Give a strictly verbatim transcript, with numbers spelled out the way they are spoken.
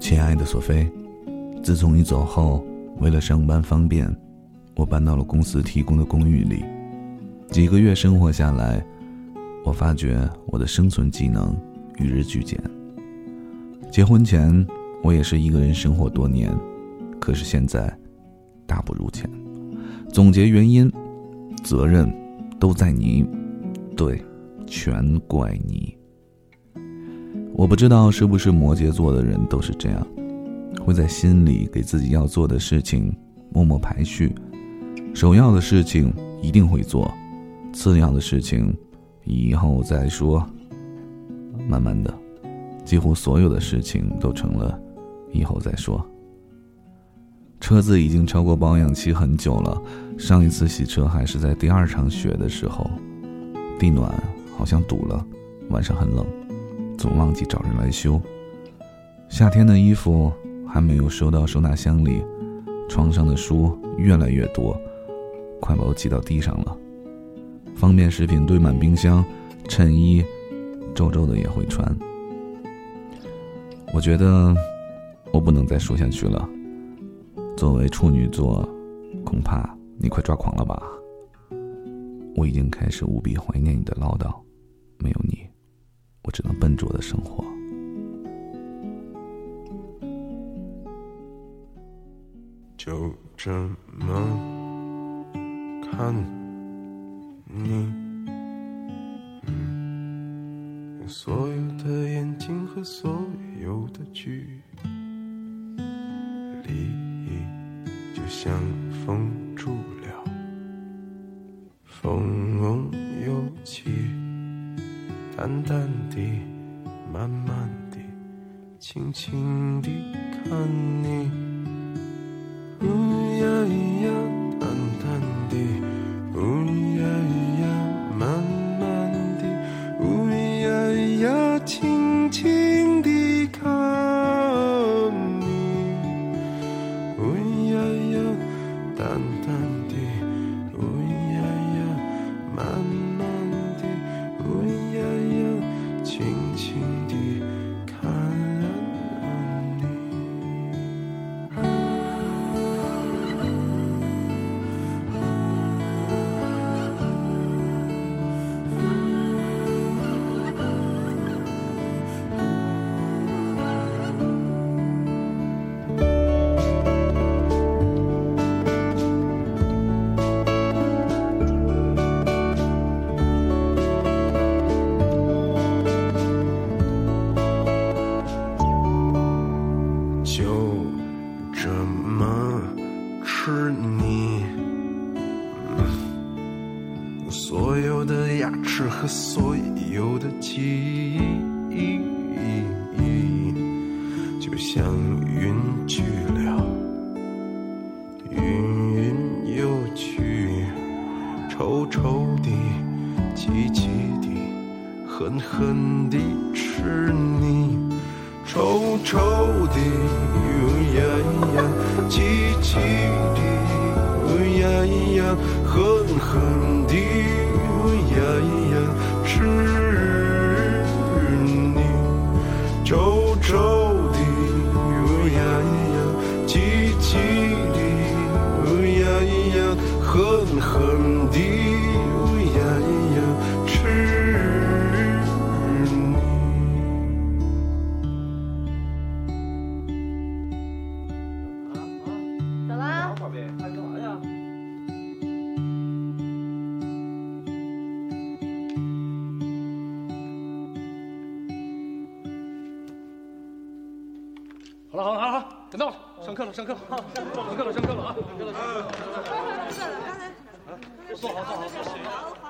亲爱的索菲，自从你走后，为了上班方便，我搬到了公司提供的公寓里。几个月生活下来，我发觉我的生存技能与日俱减。结婚前，我也是一个人生活多年，可是现在大不如前。总结原因，责任都在你，对，全怪你。我不知道是不是摩羯座的人都是这样，会在心里给自己要做的事情默默排序，首要的事情一定会做，次要的事情以后再说。慢慢的，几乎所有的事情都成了以后再说。车子已经超过保养期很久了，上一次洗车还是在第二场雪的时候，地暖好像堵了，晚上很冷，总忘记找人来修。夏天的衣服还没有收到收纳箱里，床上的书越来越多，快把我挤到地上了。方便食品堆满冰箱，衬衣皱皱的也会穿。我觉得我不能再说下去了。作为处女座，恐怕你快抓狂了吧。我已经开始无比怀念你的唠叨，没有你，我只能笨拙的生活。 就这么看你，嗯，所有的眼睛和所有的距离，就像封住了，风又起，淡淡地，慢慢地，轻轻地看你。呜呀呀，淡淡地，呜呀呀，慢慢地，呜呀呀，轻轻地看你。呜呀呀，淡淡地，呜呀呀，慢慢地，呜呀呀，轻轻地看你。就这么吃你，嗯，所有的牙齿和所有的记忆，就像云去了，云云又去，臭臭的，气气的，狠狠地吃你。臭臭的，呜呀呀，气气的，呜呀呀，狠狠的，呜呀呀，吃你。臭臭的，呜呀呀，气气的，呜呀呀，狠狠的，呜呀呀，吃。 好了好了好了，别闹了，上课了上课了，上课了上课了啊！上课了上课了。 快快快，刚才坐好坐好坐好。